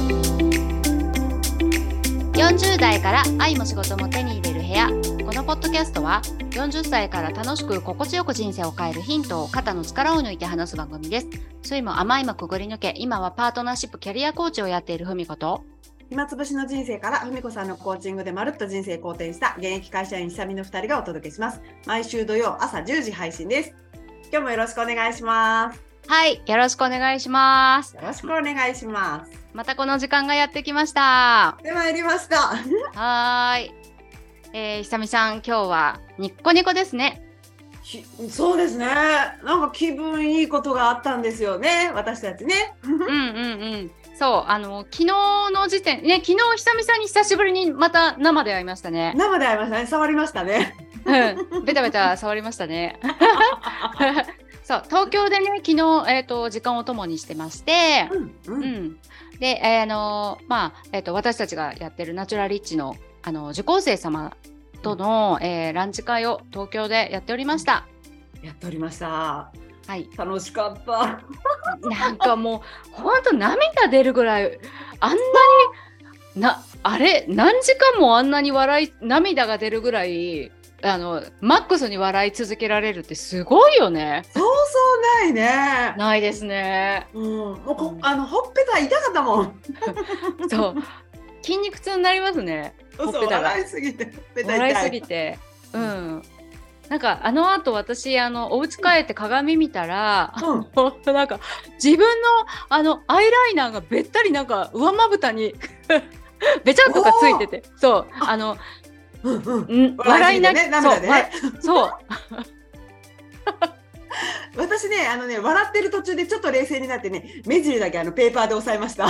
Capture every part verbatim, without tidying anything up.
よんじゅう代から愛も仕事も手に入れる部屋。このポッドキャストはよんじゅっさいから楽しく心地よく人生を変えるヒントを肩の力を抜いて話す番組です。酸いも甘いもくぐり抜け、今はパートナーシップキャリアコーチをやっているふみこと暇つぶしの人生からふみこさんのコーチングでまるっと人生好転した現役会社員久美のふたりがお届けします。毎週土曜朝じゅうじ配信です。今日もよろしくお願いします。 はい、よろしくお願いします。 よろしくお願いします。 またこの時間がやってきました。 で参りましたはーい、えー、久美さん今日はニッコニコですね。 そうですね。なんか気分いいことがあったんですよね、私たちね。 うんうんうん。そう、あの昨日の時点ね、昨日久々に久しぶりにまた生で会いましたね。 生で会いましたね。触りましたね。 うん、ベタベタ触りましたね。そう東京でね昨日、えー、と時間を共にしてまして、 うんうんうん、で、えーあのまあえー、と私たちがやってるナチュラリッチの、あの受講生様との、えー、ランチ会を東京でやっておりました。 やっておりました。 はい、 楽しかった。 なんかもうほんと涙出るぐらい、あんなになあれ何時間もあんなに笑い涙が出るぐらい、あのマックスに笑い続けられるってすごいよね。 そうそうないね。 ないですね。 うん、もうこあのほっぺた痛かったもん。 そう筋肉痛になりますね。ほっぺたが笑いすぎてほっぺた痛い。 笑いすぎて、うん。なんかあの後私あのお家帰って鏡見たら、うん、なんか自分のあのアイライナーがべったりなんか上まぶたにべちゃっとかついてて、そうあのうんうん、 笑いなね、涙でね。 そう。 私ね、あのね、笑ってる途中でちょっと冷静になってね、目尻だけあのペーパーで押さえました。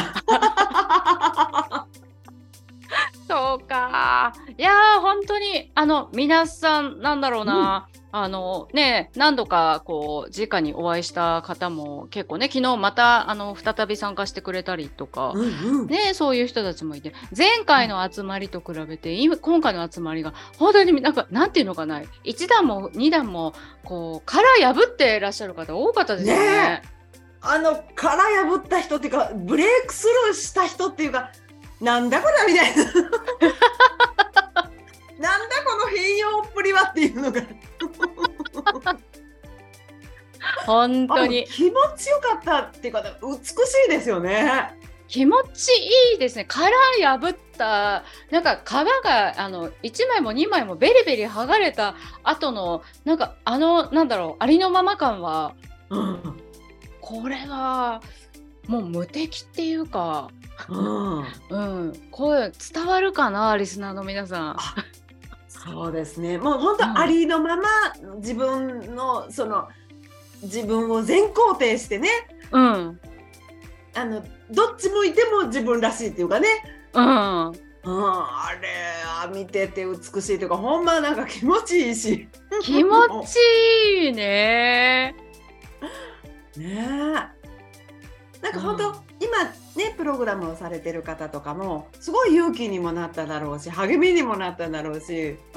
そうか。いやー本当にあの皆さんなんだろうな、うん、あのね何度かこう直にお会いした方も結構ね、昨日またあの再び参加してくれたりとか、うんうん、ねそういう人たちもいて、前回の集まりと比べて、今今回の集まりが本当になんかなんていうのかな、いち段もに段もこう殻破ってらっしゃる方多かったですよね。ねあの殻破った人っていうかブレイクスルーした人っていうか、なんだこれみたいな。なんだこの変容っぷりはっていうのが本当に気持ちよかったっていうか、美しいですよね。 気持ちいいですね。殻破ったなんか皮があのいちまいもにまいもベリベリ剥がれた後のなんかあのなんだろう、ありのまま感は、うん、これはもう無敵っていうか、うんうん、声伝わるかな、リスナーの皆さん。 そうですね、もう本当ありのまま、うん、自分のその自分を全肯定してね、うん、あのどっち向いても自分らしいっていうかね、うんうん、あれ見てて美しいというか、ほんまなんか気持ちいいし気持ちいいねねえ、なんか本当、うん、今ねプログラムをされてる方とかもすごい勇気にもなっただろうし、励みにもなっただろうし、うん、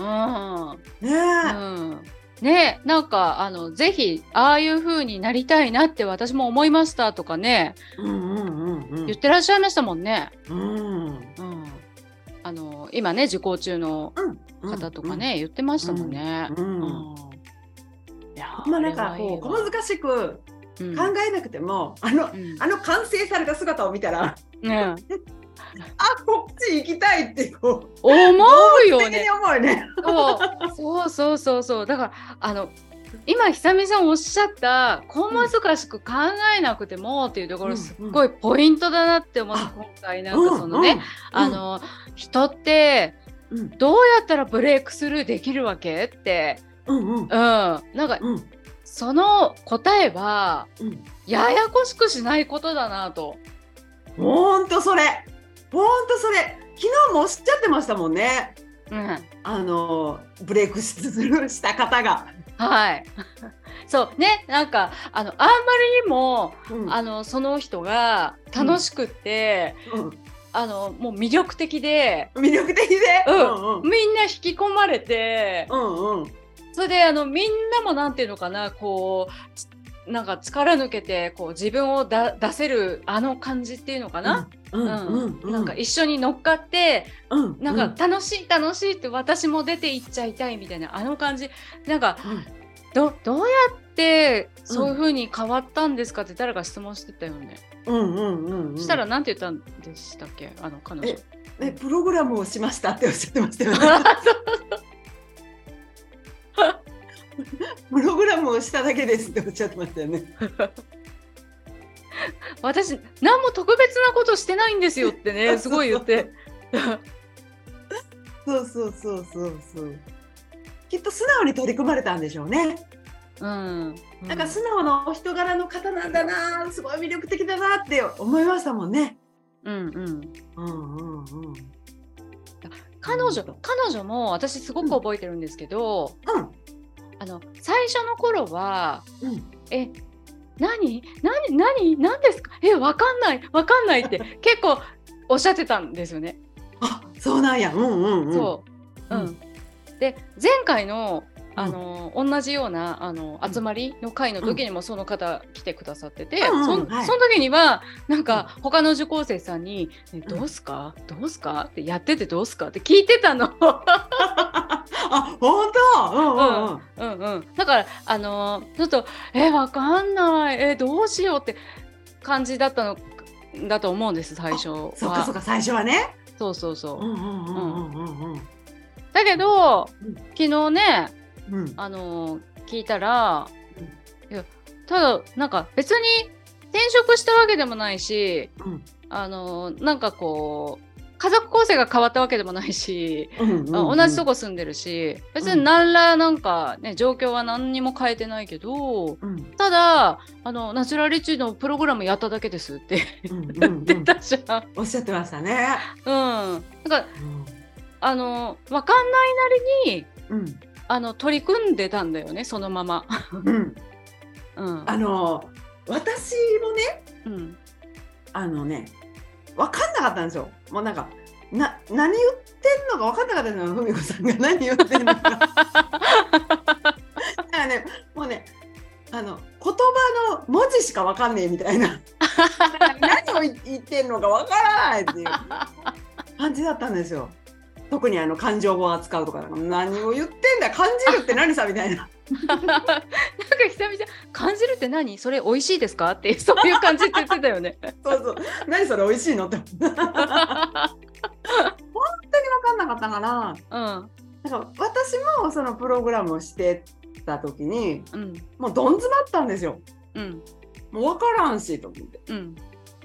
ねえ、うんね、なんかあのぜひああいう風になりたいなって私も思いましたとかね、うんうんうんうん、言ってらっしゃいましたもんね、うんうん、あの今ね受講中の方とかね、うんうん、言ってましたもんね、うんうんうん、 いやまあなんかこう小難しく考えなくても、うん、あの、うん、あの完成された姿を見たら、うん、あこっち行きたいってこう思うよね。 思うね。 そうそうそうそうだからあの今久美さんおっしゃった小難しく考えなくてもっていうところ、すっごいポイントだなって思う、うん、今回なんかそのね、うんうん、あの人ってどうやったらブレイクスルーできるわけって、うんうんうん、なんか、うん、その答えは、うん、ややこしくしないことだなと。 ほんとそれほんとそれ昨日もおっしゃってましたもんね、うん、あのブレイクした方が、 はいそうね、なんかあのあんまりにも、うん、あのその人が楽しくって、うんうん、あのもう魅力的で魅力的で、 うんうん、みんな引き込まれて、うんうん、それであのみんなもなんていうのかな、こうなんか力抜けてこう自分をだ出せるあの感じっていうのかな、 うんうんうん、 なんか一緒に乗っかって、 うん、 なんか楽しい楽しいって私も出ていっちゃいたいみたいなあの感じ、なんか、うん、ど, どうやってそういう風に変わったんですかって誰か質問してたよね。 うんうんうんうん、 したらなんて言ったんでしたっけ、あの彼女。 ええプログラムをしましたっておっしゃってましたよね。プログラムをしただけですっておっしゃってましたよね。 私何も特別なことしてないんですよってねすごい言ってそうそうそうそうそう、きっと素直に取り組まれたんでしょうね。うん、うん、なんか素直なお人柄の方なんだな、すごい魅力的だなって思いましたもんね。うんうんうんうんうん。 彼女彼女も私すごく覚えてるんですけど、うん、あの最初の頃は、うん、え何何何何ですか、えわかんないわかんないって結構おっしゃってたんですよね。 あ、そうなんや。うんうんうん。 そう。うん。で前回のあの、うん、同じようなあの集まりの会の時にもその方来てくださってて、うん、そ, うんはい、その時にはなんか他の受講生さんに、ね、どうすかどうすかってやっててどうすかって聞いてたの。 あ、本当、うんうんうんうんうん、だからあのちょっとえわかんないえどうしようって感じだったのだと思うんです最初は。 そうかそうか、最初はね。 そうそうそう。だけど、うん、昨日ね、うん、あの聞いたら、うん、いやただなんか別に転職したわけでもないし、うん、あのなんかこう家族構成が変わったわけでもないし、うんうんうん、同じとこ住んでるし別に何らなんかね状況は何にも変えてないけど、うん、ただあのナチュラリティのプログラムやっただけですって言ってたじゃん。 おっしゃってましたね。 うん。なんか、うん、あの分かんないなりに、うん、あの取り組んでたんだよねそのまま。うんうん、あの私もね、うん、あのね分かんなかったんですよ。もうなんかな何言ってんのか分かんなかったんですよ、ふみこさんが何言ってんのか。だからね、もうねあの言葉の文字しか分かんねえみたいな。何を言ってんのか分からないっていう感じだったんですよ。特にあの感情語を扱うとか、何を言ってんだ感じるって何さみたいな。 なんか久々感じるって何それ美味しいですかってそういう感じって言ってたよね。 そうそう、何それ美味しいのって本当に分かんなかったから、うん、なんか私もそのプログラムをしてた時に、うん、もうどん詰まったんですよ、うん、もう分からんしと思って、うん、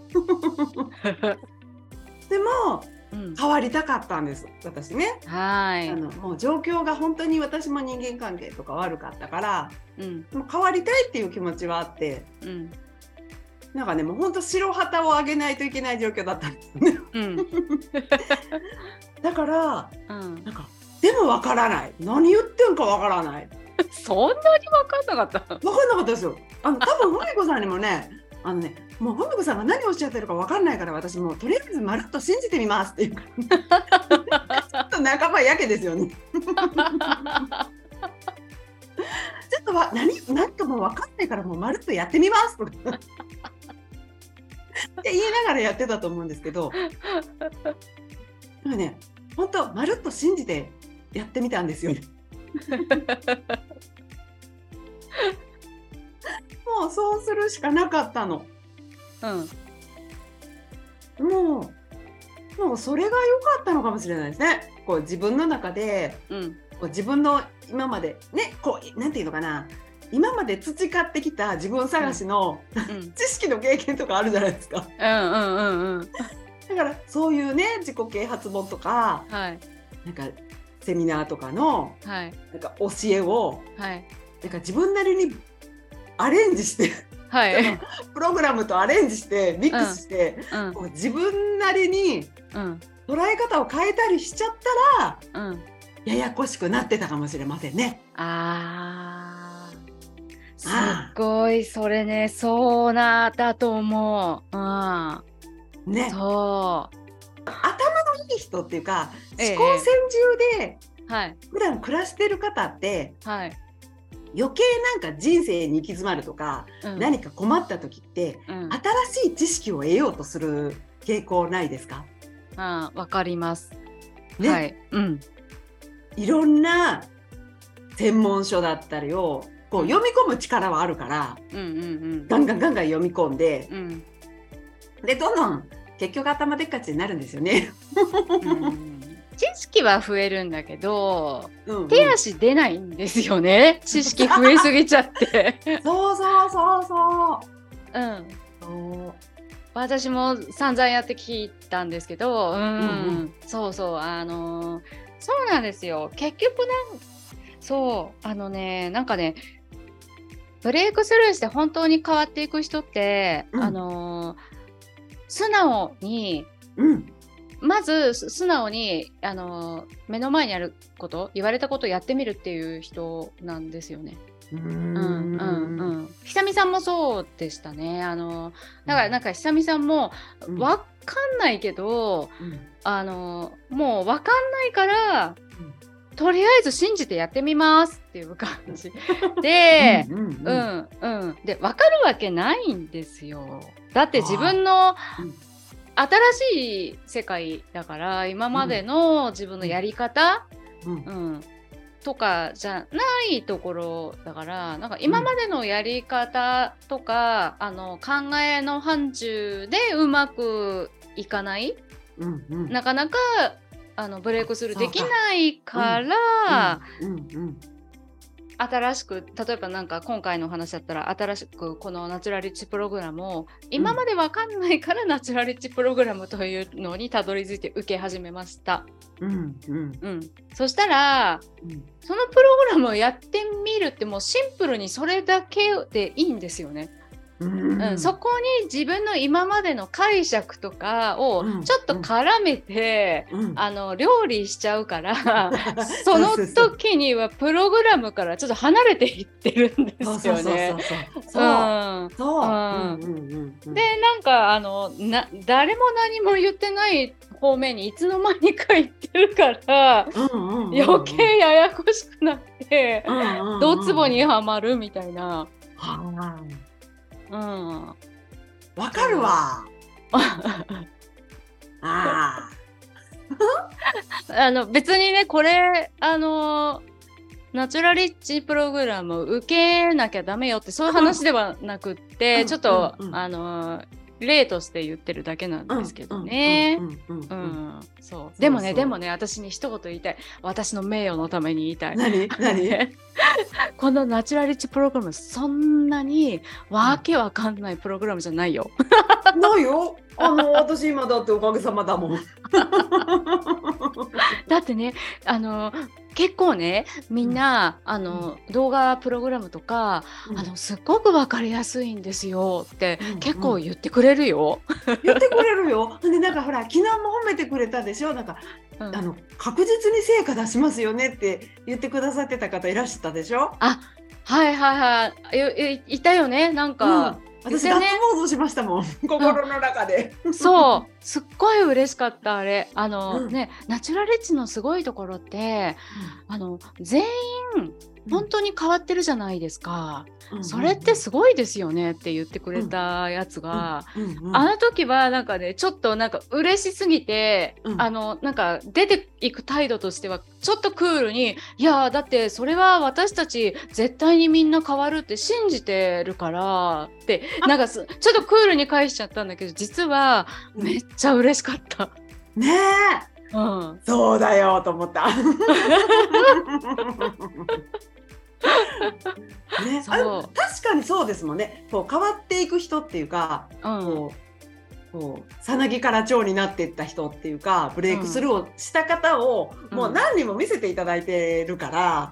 でもうん、変わりたかったんです私ね。はい、あのもう状況が本当に私も人間関係とか悪かったから、うん、もう変わりたいっていう気持ちはあって、うん、なんかねもう本当白旗を上げないといけない状況だったんですね、うん、だから、うん、なんかでもわからない、何言ってんかわからない。 そんなにわかんなかった？ わかんなかったですよ。あの多分ふみこさんにもねあのね、もうふみこさんが何をおっしゃってるか分かんないから私もうとりあえずまるっと信じてみますっていうちょっと半ばやけですよね。ちょっとは何何かもう分かんないからもうまるっとやってみますとかって言いながらやってたと思うんですけど、でもね本当まるっと信じてやってみたんですよね。もうそうするしかなかったの。うん。もう、もうそれが良かったのかもしれないですね。こう自分の中で、うん、こう自分の今までね、こうなんていうのかな、今まで培ってきた自分探しの、うん、知識の経験とかあるじゃないですか。うんうんうんうん。だからそういうね自己啓発本とか、はい、なんかセミナーとかの、はい、なんか教えを、はい、なんか自分なりにアレンジして、はい、プログラムとアレンジしてミックスして、うんうん、こう自分なりに捉え方を変えたりしちゃったら、うん、ややこしくなってたかもしれませんね。あー、すっごいそれね、そうなだと思う。うん、 ね、そう頭のいい人っていうか、思考専従で普段暮らしてる方って、はい、 余計なんか人生に行き詰まるとか、うん、何か困った時って、うん、新しい知識を得ようとする傾向ないですか？ ああ、わかります、 ね、 はい、うん、 いろんな専門書だったりをこう読み込む力はあるから、うんうんうん、ガンガンガンガン読み込んで、うん、でどんどん結局頭でっかちになるんですよね。 うん知識は増えるんだけど、うんうん、手足出ないんですよね。知識増えすぎちゃって。 そうそうそうそう。 うん。そう私も散々やってきたんですけど、うん、うんうん、そうそうあのー、そうなんですよ。結局なんそうあのねなんかねブレイクスルーして本当に変わっていく人って、うん、あのー、素直に。うんまず素直にあの目の前にあること言われたことをやってみるっていう人なんですよね。うんうんうん。久美さんもそうでしたね。あのだからなんか久美さんも分かんないけど、うん、あのもう分かんないから、うん、とりあえず信じてやってみますっていう感じで、うんうんうんうん、で分かるわけないんですよ。だって自分の新しい世界だから今までの自分のやり方、うんうん、とかじゃないところだからなんか今までのやり方とか、うん、あの考えの範疇でうまくいかない、うんうん、なかなかあのブレイクスルーできないから、うんうんうんうん新しく例えばなんか今回の話だったら新しくこのナチュラリッチプログラムを今まで分かんないからナチュラリッチプログラムというのにたどり着いて受け始めました、うんうんうん、そしたら、うん、そのプログラムをやってみるってもうシンプルにそれだけでいいんですよね。うんうん、そこに自分の今までの解釈とかをちょっと絡めて、うんうん、あの料理しちゃうからその時にはプログラムからちょっと離れていってるんですよね。でなんかあのな誰も何も言ってない方面にいつの間にか行ってるから、うんうんうんうん、余計ややこしくなって、うんうんうん、ドツボにはまるみたいな。 うん、わかるわ。ああの別にねこれあのナチュラリッチプログラム受けなきゃダメよってそういう話ではなくって、うん、ちょっと、うんうん、あの例として言ってるだけなんですけどね。でもねでもね私に一言言いたい。私の名誉のために言いたい。 何何このナチュラリッチプログラムそんなにわけわかんないプログラムじゃないよ。 ないよ。あの私今だっておかげさまだもん。 だってねあの結構ねみんな、うん、あの動画プログラムとか、うん、あのすっごくわかりやすいんですよって、うんうん、結構言ってくれるよ。 言ってくれるよ。でなんかほら昨日も褒めてくれたでしょ。なんか、うん、あの確実に成果出しますよねって言ってくださってた方いらっしゃったでしょ。 あはいはいはいい, いたよねなんか。うん私ガッツポーズしましたもん、心の中で。 そうすっごい嬉しかったあれあの、うん、ねナチュラリッチのすごいところって、うん、あの全員本当に変わってるじゃないですか、うん、それってすごいですよねって言ってくれたやつが、うんうんうん、あの時はなんかねちょっとなんか嬉しすぎて、うん、あのなんか出ていく態度としてはちょっとクールにいやだってそれは私たち絶対にみんな変わるって信じてるからってなんかちょっとクールに返しちゃったんだけど実はめっちゃ嬉しかった、 うん、ねえ、うん、そうだよと思ったね、あ確かにそうですもんね。こう変わっていく人っていうか、うん、こうこうさなぎから蝶になっていった人っていうかブレイクスルーをした方を、うん、もう何人も見せていただいてるから、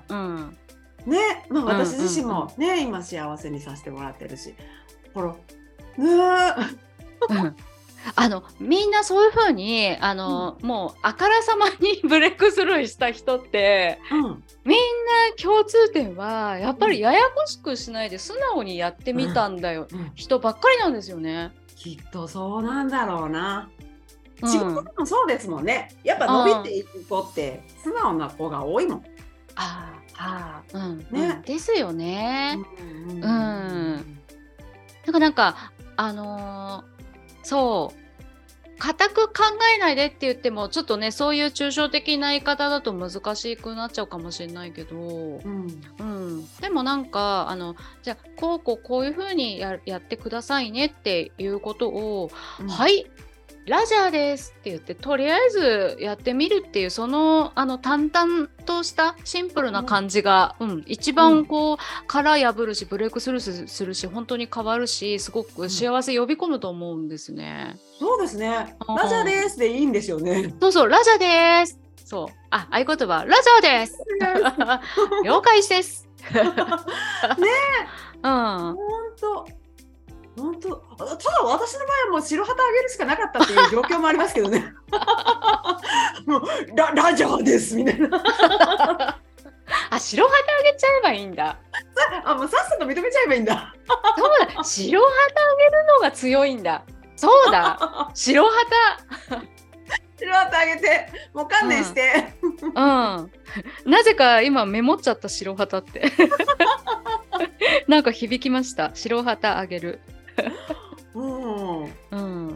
うんねまあ、私自身も、ねうんうんうん、今幸せにさせてもらってるしほらねうんあのみんなそういう風にあの、うん、もうあからさまにブレイクスルーした人って、うん、みんな共通点はやっぱりややこしくしないで素直にやってみたんだよ、うんうん、人ばっかりなんですよね。 きっとそうなんだろうな、うん、仕事でもそうですもんね。やっぱ伸びていく子って素直な子が多いもん。 あはあ、うん、 ね、 うん、ですよね。 うん、うん、 うん。なんかなんかあのー、そう固く考えないでって言ってもちょっとねそういう抽象的な言い方だと難しくなっちゃうかもしれないけど、 うんうん、でもなんかあのじゃあこうこうこういうふうに や, やってくださいねっていうことを、 うん、 はいラジャーですって言ってとりあえずやってみるっていうそのあの淡々としたシンプルな感じが、うんうん、一番こう、うん、殻破るしブレイクスルーするし本当に変わるしすごく幸せ呼び込むと思うんですね。 うん、そうですね。ラジャーですでいいんですよね。 そうそうラジャーです。そうあ合言葉ラジャーです了解ですねえ、うん、本当本当ただ私の場合はもう白旗あげるしかなかったっていう状況もありますけどねもう ラ, ラジャーですみたいなあ白旗あげちゃえばいいんだあもうさっさと認めちゃえばいいんだそうだ白旗あげるのが強いんだそうだ白旗白旗あげてもう観念して、 うん、うん、なぜか今メモっちゃった白旗ってなんか響きました白旗あげるうん、 うん、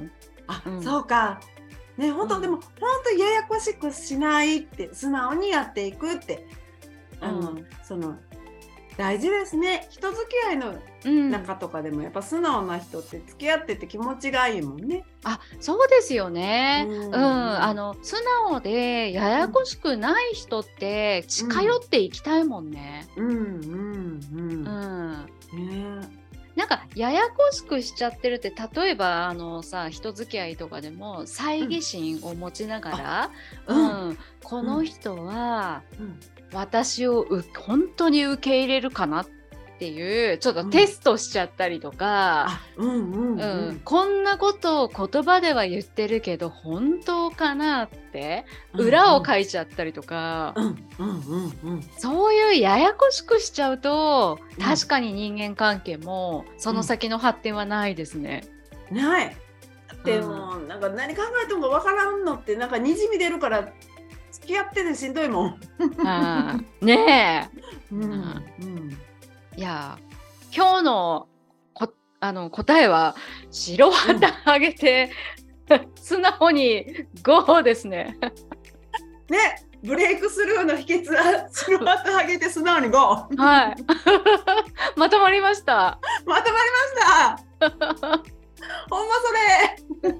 あ、うん、そうかね本当、うん、でも本当ややこしくしないって素直にやっていくってあの、うん、その大事ですね人付き合いの中とかでもやっぱ素直な人って付き合ってて気持ちがいいもんね。 あそうですよね、うん、うん、あの素直でややこしくない人って近寄っていきたいもんね。 うんうんうんうん、 うんねなんかややこしくしちゃってるって例えばあのさ人付き合いとかでも猜疑心を持ちながら、うんうん、この人は私をう本当に受け入れるかなっていうちょっとテストしちゃったりとか、 うんうんうんうん、 こんなことを言葉では言ってるけど本当かなって裏を書いちゃったりとか、 うんうんうんうん、そういうややこしくしちゃうと確かに人間関係もその先の発展はないですね。 うん、ないでも、うん、なんか何考えても分からんのってなんかにじみ出るから付き合っててしんどいもん。 あねえ、 うんうん、 いや今日のこあの答えは白旗あげて、うん、素直にゴーですね。 ねブレイクスルーの秘訣は白旗あげて素直にゴー。 はいまとまりました。 まとまりましたほんまそれ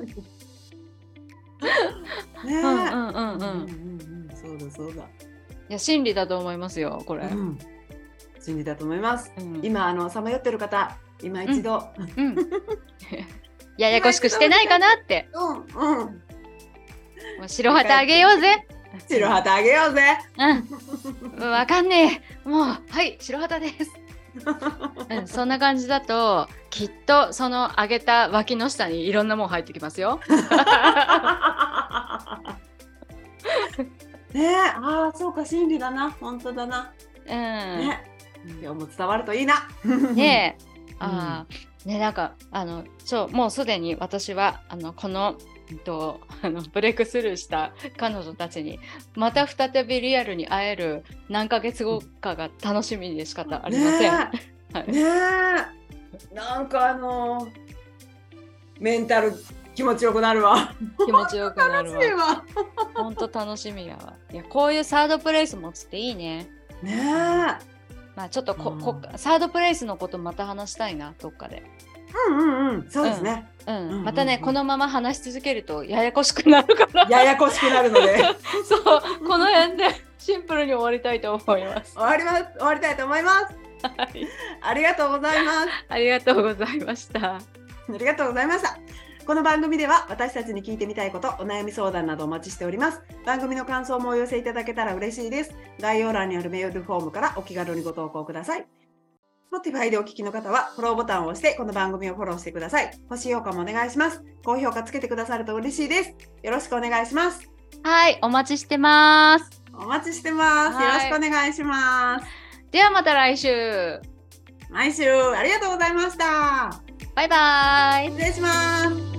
ねえ、うんうんうんうん、うん、そうだそうだ。いや真理だと思いますよこれ。うん、 真理だと思います。うん、今あのさまよってる方今一度、うんうん、 ややこしくしてないかなって。うんうん。もう白旗あげようぜ。 白旗あげようぜ。 うん。わかんねえ。もうはい白旗です。うん、そんな感じだときっとその上げた脇の下にいろんなもん入ってきますよ。 ねえ、ああそうか真理だな本当だな。 うん。ね、 今日も伝わるといいな。 ねえ、ああ、ねなんかあのそうもうすでに私はあのこのとあのブレイクスルーした彼女たちにまた再びリアルに会える何ヶ月後かが楽しみでしかありません。ねえ、はい、ねえなんかあのメンタル気持ちよくなるわ。 気持ちよくなるわ。本当楽しみやわ。いやこういうサードプレイス持つっていいね。 ねえ。 まあちょっとこ、うん、こサードプレイスのことまた話したいなどっかで。 うんうんうんそうですね。 うんうんうん、またねこのまま話し続けるとややこしくなるから。 ややこしくなるので。 そうこの辺でシンプルに終わりたいと思います。 終わります終わりたいと思います。はい。ありがとうございます。 ありがとうございました。 ありがとうございました。この番組では私たちに聞いてみたいこと、お悩み相談などお待ちしております。番組の感想もお寄せいただけたら嬉しいです。概要欄にあるメールフォームからお気軽にご投稿ください。Spotify でお聞きの方はフォローボタンを押してこの番組をフォローしてください。星評価もお願いします。高評価つけてくださると嬉しいです。よろしくお願いします。 はい、お待ちしてます。 お待ちしてます。よろしくお願いします。 ではまた来週。 来週ありがとうございました。 バイバイ。 失礼します。